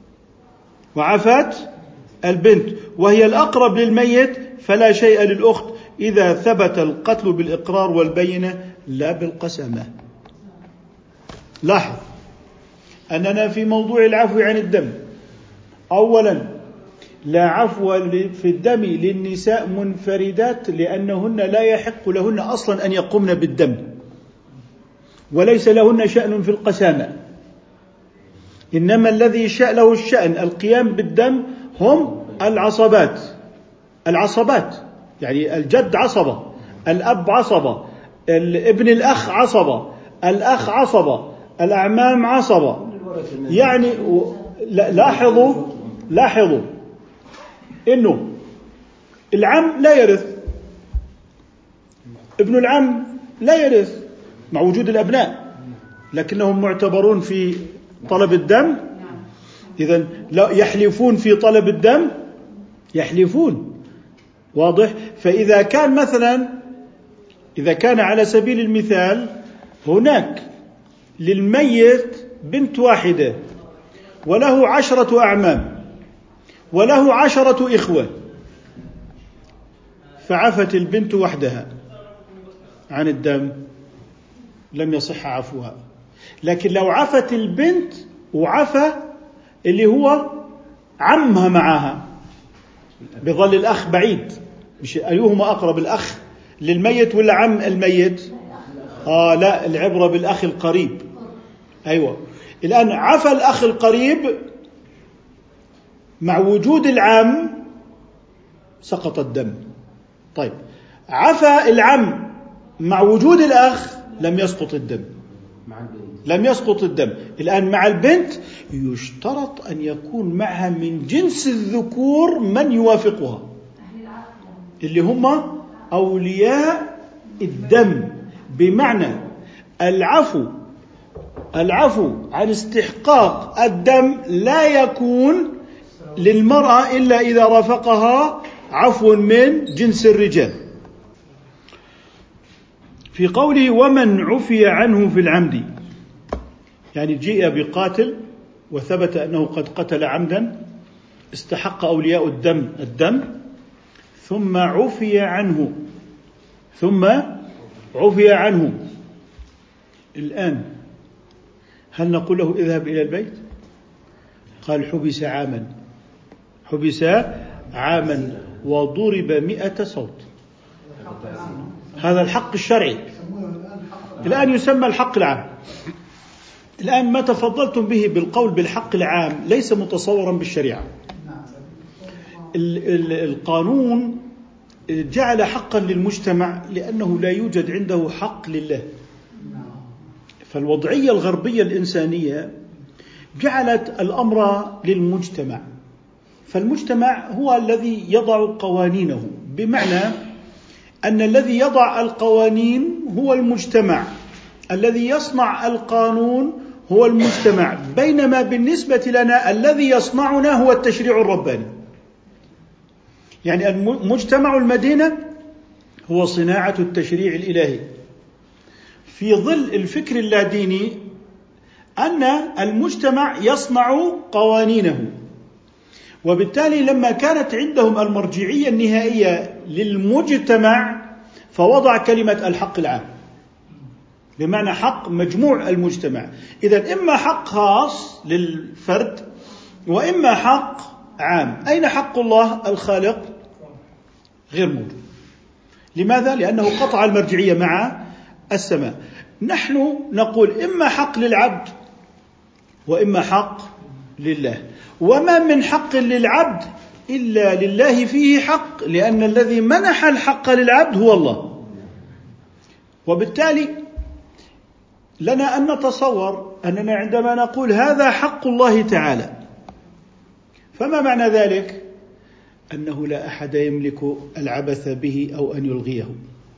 وعفت البنت وهي الأقرب للميت فلا شيء للأخت إذا ثبت القتل بالإقرار والبينة لا بالقسمة. لاحظ أننا في موضوع العفو عن الدم، أولا لا عفو في الدم للنساء منفردات لأنهن لا يحق لهن أصلا أن يقومن بالدم، وليس لهن شأن في القسامة، إنما الذي له الشأن القيام بالدم هم العصبات. العصبات يعني الجد عصبة، الأب عصبة، الابن الأخ عصبة، الأخ عصبة، الأعمام عصبة. يعني لاحظوا لاحظوا إنه العم لا يرث، ابن العم لا يرث مع وجود الأبناء، لكنهم معتبرون في طلب الدم. إذن لا يحلفون في طلب الدم، يحلفون، واضح. فإذا كان مثلا إذا كان على سبيل المثال هناك للميت بنت واحدة وله عشرة أعمام وله عشرة إخوة، فعفت البنت وحدها عن الدم لم يصح عفوها. لكن لو عفت البنت وعفى اللي هو عمها معها بظل الأخ بعيد، مش أيهما أقرب، الأخ للميت ولا عم الميت؟ آه لا، العبرة بالأخ القريب. أيوة، الآن عفى الأخ القريب مع وجود العم سقط الدم. طيب عفى العم مع وجود الأخ لم يسقط الدم، لم يسقط الدم. الآن مع البنت يشترط أن يكون معها من جنس الذكور من يوافقها اللي هم أولياء الدم، بمعنى العفو العفو عن استحقاق الدم لا يكون للمرأة إلا إذا رافقها عفو من جنس الرجال. في قوله ومن عفي عنه في العمد، يعني جيء بقاتل وثبت أنه قد قتل عمدا، استحق أولياء الدم الدم، ثم عفي عنه ثم عفي عنه الآن هل نقول له اذهب إلى البيت؟ قال حبس عاما حبس عاما وضرب مئة صوت. هذا الحق الشرعي، الآن يسمى الحق العام. الآن ما تفضلتم به بالقول بالحق العام ليس متصورا بالشريعة. القانون جعل حقا للمجتمع لأنه لا يوجد عنده حق لله. فالوضعية الغربية الإنسانية جعلت الأمر للمجتمع، فالمجتمع هو الذي يضع قوانينه، بمعنى أن الذي يضع القوانين هو المجتمع، الذي يصنع القانون هو المجتمع، بينما بالنسبة لنا الذي يصنعنا هو التشريع الرباني. يعني المجتمع المدينة هو صناعة التشريع الإلهي في ظل الفكر اللاديني، أن المجتمع يصنع قوانينه، وبالتالي لما كانت عندهم المرجعية النهائية للمجتمع فوضع كلمة الحق العام، بمعنى حق مجموع المجتمع. إذن إما حق خاص للفرد وإما حق عام. أين حق الله الخالق؟ غير موجود. لماذا؟ لأنه قطع المرجعية مع السماء. نحن نقول إما حق للعبد وإما حق لله، وما من حق للعبد إلا لله فيه حق، لأن الذي منح الحق للعبد هو الله. وبالتالي لنا أن نتصور أننا عندما نقول هذا حق الله تعالى، فما معنى ذلك؟ أنه لا أحد يملك العبث به أو أن يلغيه.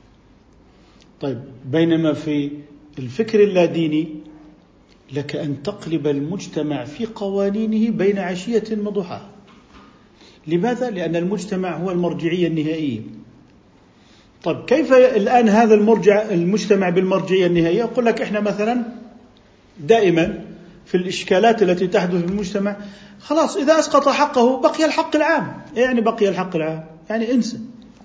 طيب، بينما في الفكر اللاديني لك أن تقلب المجتمع في قوانينه بين عشية وضحاها. لماذا؟ لأن المجتمع هو المرجعية النهائية. طيب، كيف الآن هذا المرجع المجتمع بالمرجعية النهائية؟ أقول لك إحنا مثلا دائما في الإشكالات التي تحدث في المجتمع، خلاص إذا أسقط حقه بقي الحق العام. يعني بقي الحق العام يعني انسى،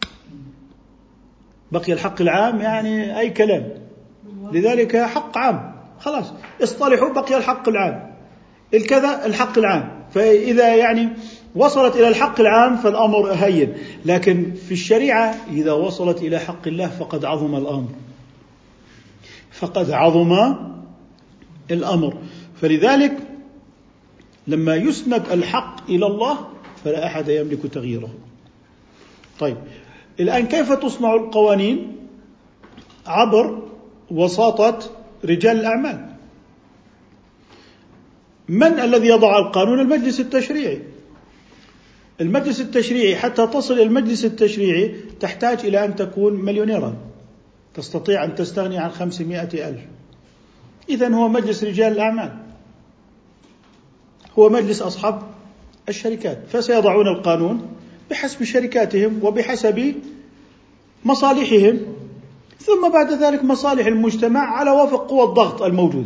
بقي الحق العام يعني أي كلام، لذلك حق عام، خلاص اصطلحوا بقي الحق العام، الكذا الحق العام. فإذا يعني وصلت إلى الحق العام فالأمر هين. لكن في الشريعة إذا وصلت إلى حق الله فقد عظم الأمر، فقد عظم الأمر. فلذلك لما يسند الحق إلى الله فلا أحد يملك تغييره. طيب، الآن كيف تصنع القوانين؟ عبر وساطة رجال الأعمال. من الذي يضع القانون؟ المجلس التشريعي. المجلس التشريعي حتى تصل إلى المجلس التشريعي تحتاج إلى أن تكون مليونيرا، تستطيع أن تستغني عن خمسمائة ألف. إذن هو مجلس رجال الأعمال، هو مجلس أصحاب الشركات، فسيضعون القانون بحسب شركاتهم وبحسب مصالحهم، ثم بعد ذلك مصالح المجتمع على وفق قوى الضغط الموجودة.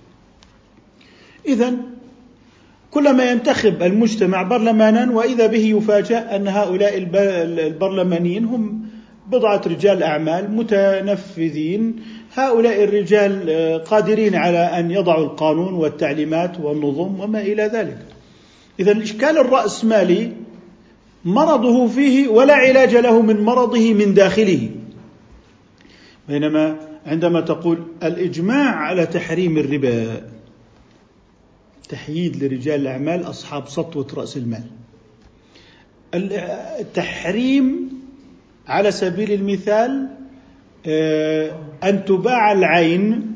إذن كلما ينتخب المجتمع برلمانا وإذا به يفاجأ أن هؤلاء البرلمانيين هم بضعة رجال أعمال متنفذين، هؤلاء الرجال قادرين على أن يضعوا القانون والتعليمات والنظم وما إلى ذلك. إذن الإشكال الرأسمالي مرضه فيه ولا علاج له من مرضه من داخله. بينما عندما تقول الإجماع على تحريم الربا، تحييد لرجال الأعمال أصحاب سطوة رأس المال، التحريم على سبيل المثال أن تباع العين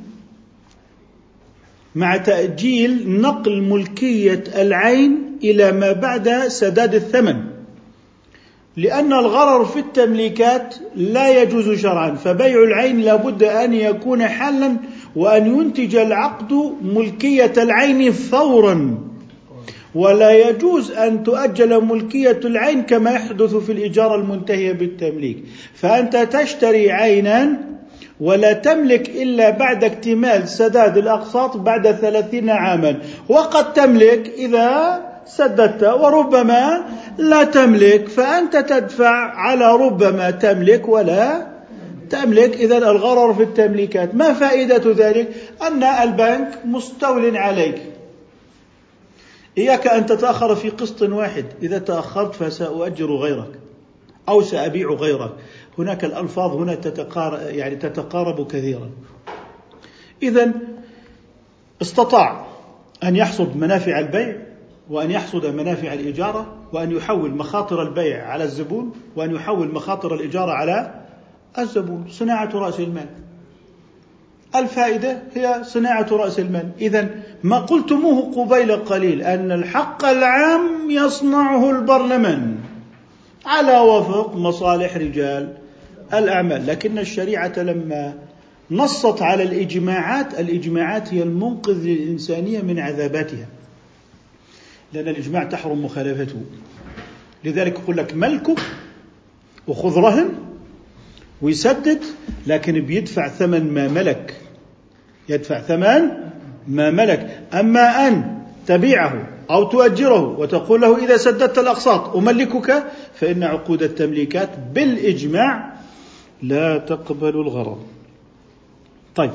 مع تأجيل نقل ملكية العين إلى ما بعد سداد الثمن، لأن الغرر في التمليكات لا يجوز شرعا، فبيع العين لابد أن يكون حالا وأن ينتج العقد ملكية العين فورا، ولا يجوز أن تؤجل ملكية العين كما يحدث في الإجارة المنتهية بالتمليك. فأنت تشتري عينا ولا تملك إلا بعد اكتمال سداد الأقساط بعد ثلاثين عاما، وقد تملك إذا سددت وربما لا تملك، فأنت تدفع على ربما تملك ولا تملك. إذن الغرر في التمليكات. ما فائدة ذلك؟ أن البنك مستول عليك، إياك أن تتأخر في قسط واحد، إذا تأخرت فسأؤجر غيرك أو سأبيع غيرك. هناك الألفاظ هنا تتقارب يعني تتقارب كثيرا. إذن استطاع أن يحصد منافع البيع وأن يحصد منافع الإجارة وأن يحول مخاطر البيع على الزبون وأن يحول مخاطر الإجارة على الزبون. صناعة رأس المال، الفائدة هي صناعة رأس المال. إذن ما قلتموه قبيل قليل أن الحق العام يصنعه البرلمان على وفق مصالح رجال الأعمال، لكن الشريعة لما نصت على الإجماعات، الإجماعات هي المنقذ للإنسانية من عذاباتها، لأن الإجماع تحرم مخالفته. لذلك يقول لك ملكه وخذ رهن ويسدد، لكن بيدفع ثمن ما ملك، يدفع ثمن ما ملك. أما أن تبيعه أو تؤجره وتقول له إذا سددت الأقساط أملكك، فإن عقود التمليكات بالإجماع لا تقبل الغرر. طيب،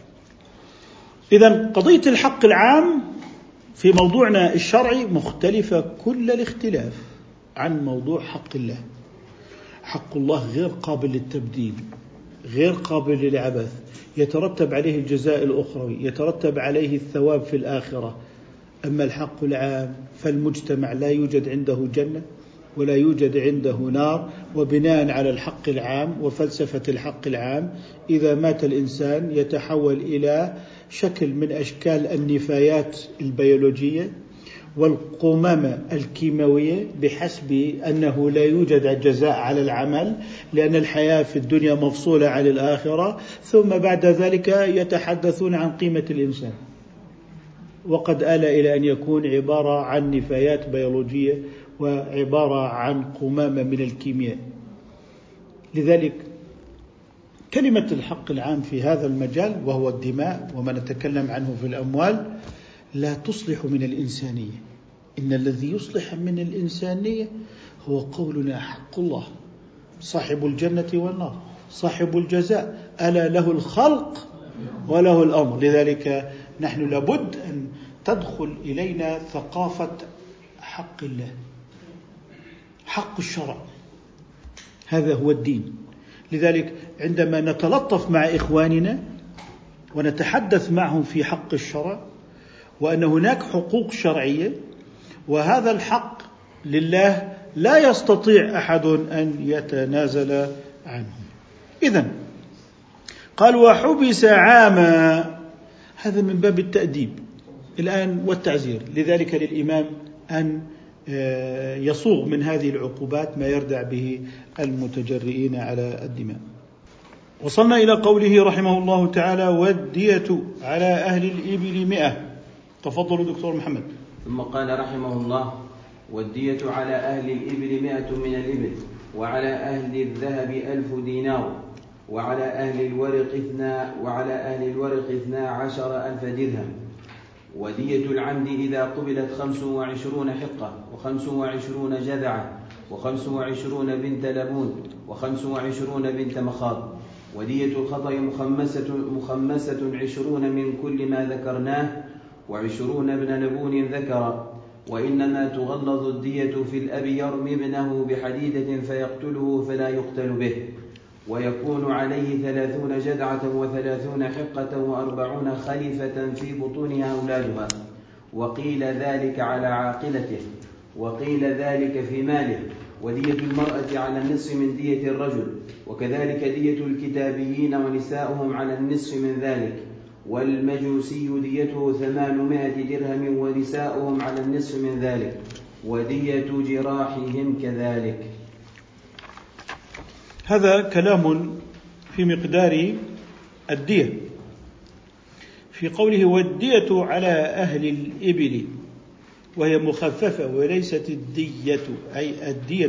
إذن قضية الحق العام في موضوعنا الشرعي مختلفة كل الاختلاف عن موضوع حق الله. حق الله غير قابل للتبديل، غير قابل للعبث، يترتب عليه الجزاء الأخروي، يترتب عليه الثواب في الآخرة. أما الحق العام فالمجتمع لا يوجد عنده جنة ولا يوجد عنده نار، وبناء على الحق العام وفلسفة الحق العام إذا مات الإنسان يتحول إلى شكل من أشكال النفايات البيولوجية والقمامة الكيماوية، بحسب أنه لا يوجد جزاء على العمل، لأن الحياة في الدنيا مفصولة عن الآخرة. ثم بعد ذلك يتحدثون عن قيمة الإنسان، وقد آل إلى أن يكون عبارة عن نفايات بيولوجية وعبارة عن قمامة من الكيمياء. لذلك كلمة الحق العام في هذا المجال وهو الدماء وما نتكلم عنه في الأموال لا تصلح من الإنسانية. إن الذي يصلح من الإنسانية هو قولنا حق الله، صاحب الجنة والنار، صاحب الجزاء، ألا له الخلق وله الأمر. لذلك نحن لابد أن تدخل إلينا ثقافة حق الله، حق الشرع، هذا هو الدين. لذلك عندما نتلطف مع إخواننا ونتحدث معهم في حق الشرع وأن هناك حقوق شرعية وهذا الحق لله لا يستطيع أحد أن يتنازل عنه. إذن قال وحبس عاما، هذا من باب التأديب الآن والتعزير. لذلك للإمام أن يصوغ من هذه العقوبات ما يردع به المتجرئين على الدماء. وصلنا إلى قوله رحمه الله تعالى والدية على أهل الإبل مئة. تفضلوا دكتور محمد. ثم قال رحمه الله والدية على أهل الإبل مئة من الإبل، وعلى أهل الذهب ألف دينار، وعلى أهل الورق اثنا وعلى أهل الورق اثنا عشر ألف درهم. ودية العمد إذا قبلت خمس وعشرون حقة وخمس وعشرون جذعة وخمس وعشرون بنت لبون وخمس وعشرون بنت مخاض. ودية الخطأ مخمسة, مخمسة عشرون من كل ما ذكرناه وعشرون ابن لبون ذكر. وإنما تغلظ الدية في الأب يرمي ابنه بحديدة فيقتله فلا يقتل به، ويكون عليه ثلاثون جدعة وثلاثون حقة وأربعون خليفة في بطونها أولادها. وقيل ذلك على عاقلته، وقيل ذلك في ماله. ودية المرأة على النصف من دية الرجل، وكذلك دية الكتابيين ونساؤهم على النصف من ذلك. والمجوسي ديته ثمانمائة درهم ونساؤهم على النصف من ذلك، ودية جراحهم كذلك. هذا كلام في مقدار الدية في قوله والدية على أهل الإبل. وهي مخففة وليست الدية، أي الدية.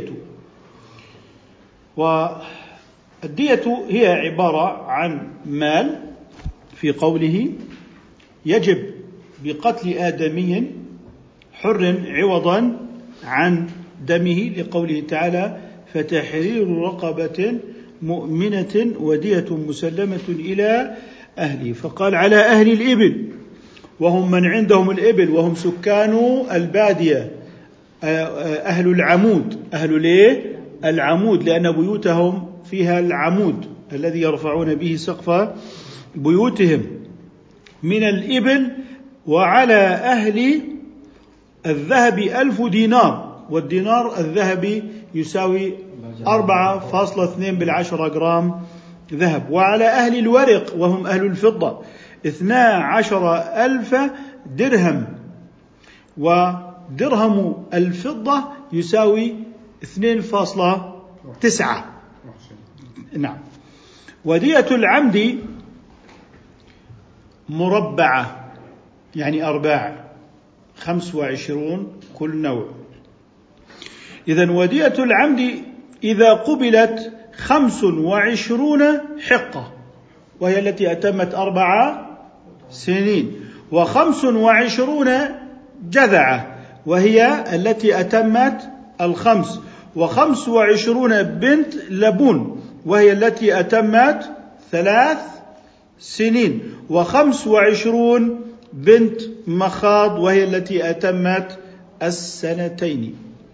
والدية هي عبارة عن مال، في قوله يجب بقتل آدمي حر عوضا عن دمه، لقوله تعالى فتحرير رقبة مؤمنة ودية مسلمة إلى أهله. فقال على أهل الإبل، وهم من عندهم الإبل، وهم سكان البادية، أهل العمود. أهل ليه؟ العمود، لأن بيوتهم فيها العمود الذي يرفعون به سقف بيوتهم من الإبل. وعلى أهل الذهب ألف دينار، والدينار الذهبي يساوي أربعة فاصلة اثنين بالعشرة جرام ذهب. وعلى أهل الورق، وهم أهل الفضة، اثنا عشر ألف درهم، ودرهم الفضة يساوي اثنين فاصلة تسعة. نعم. ودية العمد مربعة، يعني أرباع، خمس وعشرون كل نوع. إذن ودية العمد إذا قبلت خمس وعشرون حقة، وهي التي أتمت أربع سنين، وخمس وعشرون جذعة، وهي التي أتمت الخمس، وخمس وعشرون بنت لبون، وهي التي أتمت ثلاث سنين، وخمس وعشرون بنت مخاض، وهي التي أتمت السنتين.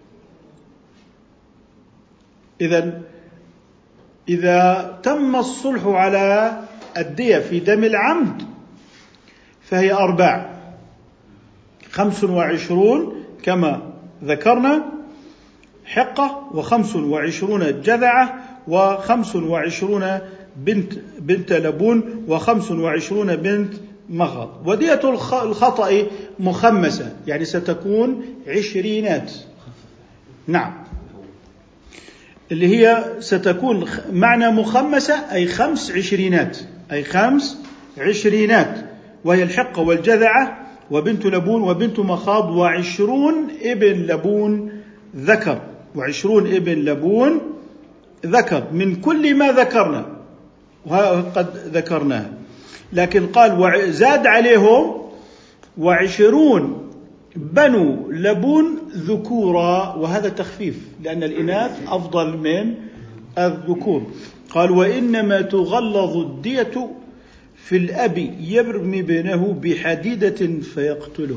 إذن إذا تم الصلح على الدية في دم العمد فهي أرباع، خمس وعشرون كما ذكرنا حقة، وخمس وعشرون جذعة، وخمس وعشرون بنت بنت لبون، وخمس وعشرون بنت مخاض. ودية الخطأ مخمسة، يعني ستكون عشرينات. نعم، اللي هي ستكون معنى مخمسة أي خمس عشرينات، أي خمس عشرينات، وهي الحقة والجذعة وبنت لبون وبنت مخاض وعشرون ابن لبون ذكر، وعشرون ابن لبون ذكر من كل ما ذكرنا وقد ذكرناه. لكن قال زاد عليهم وعشرون بنو لبون ذكورا، وهذا تخفيف لأن الإناث أفضل من الذكور. قال وإنما تغلظ الدية في الأب يرمي ابنه بحديدة فيقتله.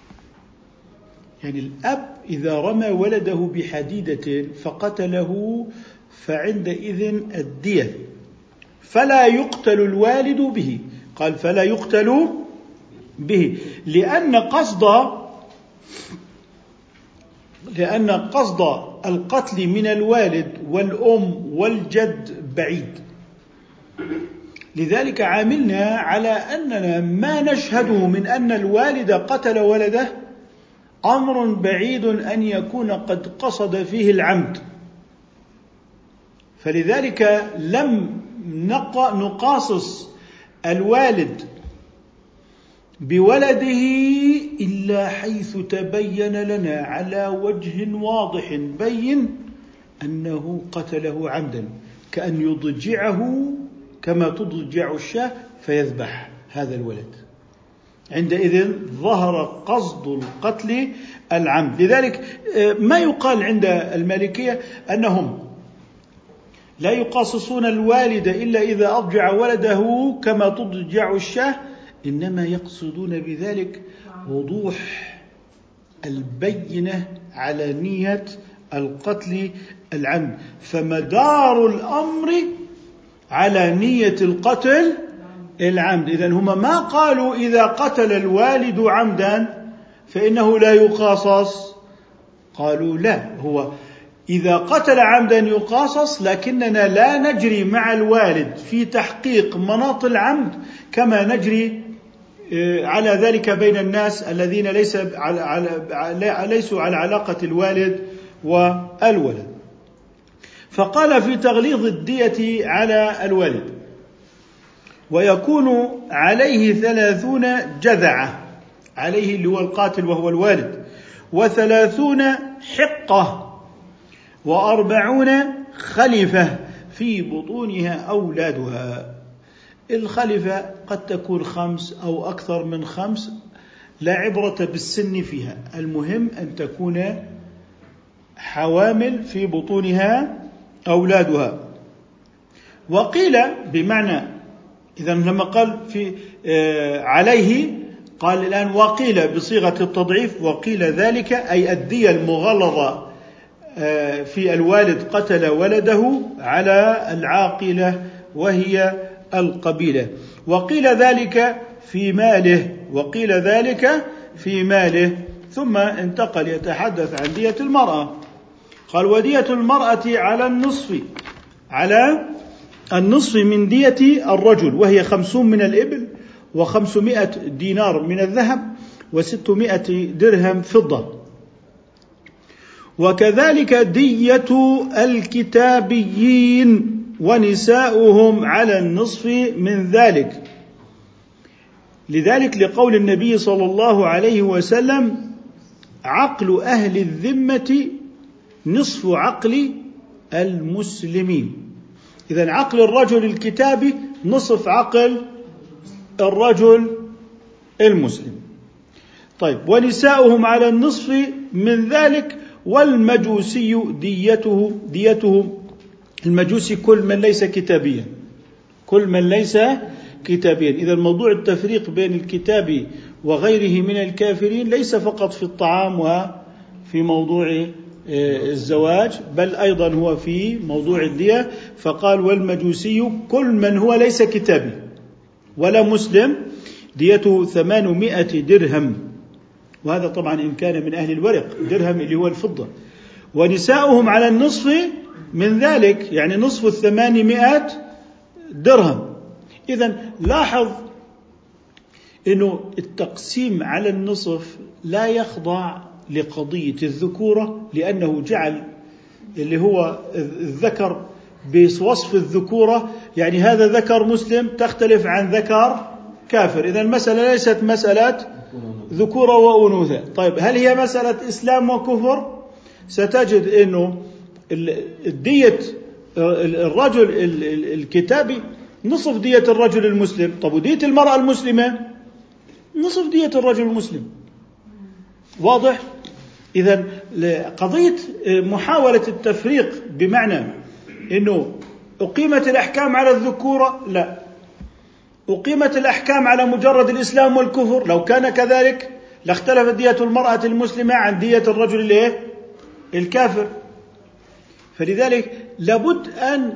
يعني الأب إذا رمى ولده بحديدة فقتله فعندئذ الدية، فلا يقتل الوالد به. قال فلا يقتل به، لأن قصد لأن قصد القتل من الوالد والأم والجد بعيد. لذلك عاملنا على أننا ما نشهده من أن الوالد قتل ولده أمر بعيد أن يكون قد قصد فيه العمد. فلذلك لم نقاصص الوالد بولده إلا حيث تبين لنا على وجه واضح بين أنه قتله عمدا، كأن يضجعه كما تضجع الشاة فيذبح هذا الولد. عندئذ ظهر قصد القتل العمد. لذلك ما يقال عند المالكية أنهم لا يقاصصون الوالد إلا إذا أضجع ولده كما تضجع الشاة، إنما يقصدون بذلك وضوح البينة على نية القتل العمد. فمدار الأمر على نية القتل العمد. إذن هما ما قالوا إذا قتل الوالد عمدا فإنه لا يقاصص، قالوا لا، هو إذا قتل عمدا يقاصص، لكننا لا نجري مع الوالد في تحقيق مناط العمد كما نجري على ذلك بين الناس الذين ليس على ليسوا على علاقة الوالد والولد. فقال في تغليظ الدية على الوالد ويكون عليه ثلاثون جذعة، عليه اللي هو القاتل وهو الوالد، وثلاثون حقة وأربعون خلفة في بطونها أولادها. الخلفة قد تكون خمس أو أكثر من خمس، لا عبرة بالسن فيها، المهم أن تكون حوامل في بطونها أولادها. وقيل بمعنى إذا لما قال في آه عليه قال الآن وقيل بصيغة التضعيف، وقيل ذلك أي الدية المغلظة آه في الوالد قتل ولده على العاقلة وهي القبيلة. وقيل ذلك في ماله، وقيل ذلك في ماله. ثم انتقل يتحدث عن دية المرأة. قال ودية المرأة على النصف على النصف من دية الرجل، وهي خمسون من الإبل وخمسمائة دينار من الذهب وستمائة درهم فضة. وكذلك دية الكتابيين ونساؤهم على النصف من ذلك، لذلك لقول النبي صلى الله عليه وسلم عقل أهل الذمة نصف عقل المسلمين. إذن عقل الرجل الكتابي نصف عقل الرجل المسلم. طيب ونساؤهم على النصف من ذلك. والمجوسي ديته ديته المجوسي كل من ليس كتابيا، كل من ليس كتابيا. إذا موضوع التفريق بين الكتابي وغيره من الكافرين ليس فقط في الطعام وفي موضوع الزواج، بل أيضا هو في موضوع الدية. فقال والمجوسي كل من هو ليس كتابي ولا مسلم ديته ثمانمائة درهم، وهذا طبعا إن كان من أهل الورق، درهم اللي هو الفضة. ونساؤهم على النصف من ذلك، يعني نصف الثمانمائة درهم. إذن لاحظ إنه التقسيم على النصف لا يخضع لقضية الذكورة، لأنه جعل اللي هو الذكر بوصف الذكورة، يعني هذا ذكر مسلم تختلف عن ذكر كافر. إذن المسألة ليست مسألة ذكورة وأنوثة. طيب هل هي مسألة إسلام وكفر؟ ستجد إنه الدية الرجل الكتابي نصف دية الرجل المسلم. طب ودية المرأة المسلمة نصف دية الرجل المسلم. واضح؟ إذن قضية محاولة التفريق بمعنى إنه أقيمت الأحكام على الذكورة، لا، أقيمت الأحكام على مجرد الإسلام والكفر. لو كان كذلك لاختلفت دية المرأة المسلمة عن دية الرجل الايه الكافر. فلذلك لابد أن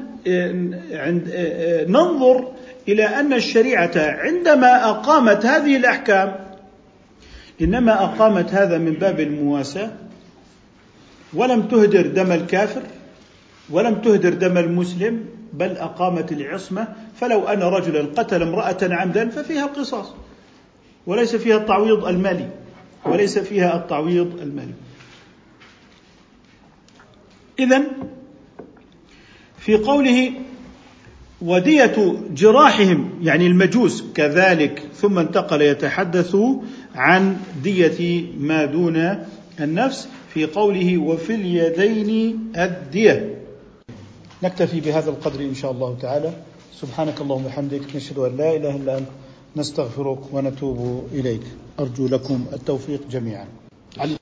ننظر إلى أن الشريعة عندما أقامت هذه الأحكام إنما أقامت هذا من باب المواساة، ولم تهدر دم الكافر ولم تهدر دم المسلم، بل أقامت العصمة. فلو أن رجلا قتل امرأة عمدا ففيها القصاص، وليس فيها التعويض المالي، وليس فيها التعويض المالي. إذن في قوله ودية جراحهم يعني المجوس كذلك، ثم انتقل يتحدث عن دية ما دون النفس في قوله وفي اليدين الدية. نكتفي بهذا القدر إن شاء الله تعالى. سبحانك اللهم وبحمدك، نشهد أن لا إله إلا أنت، نستغفرك ونتوب إليك. أرجو لكم التوفيق جميعا.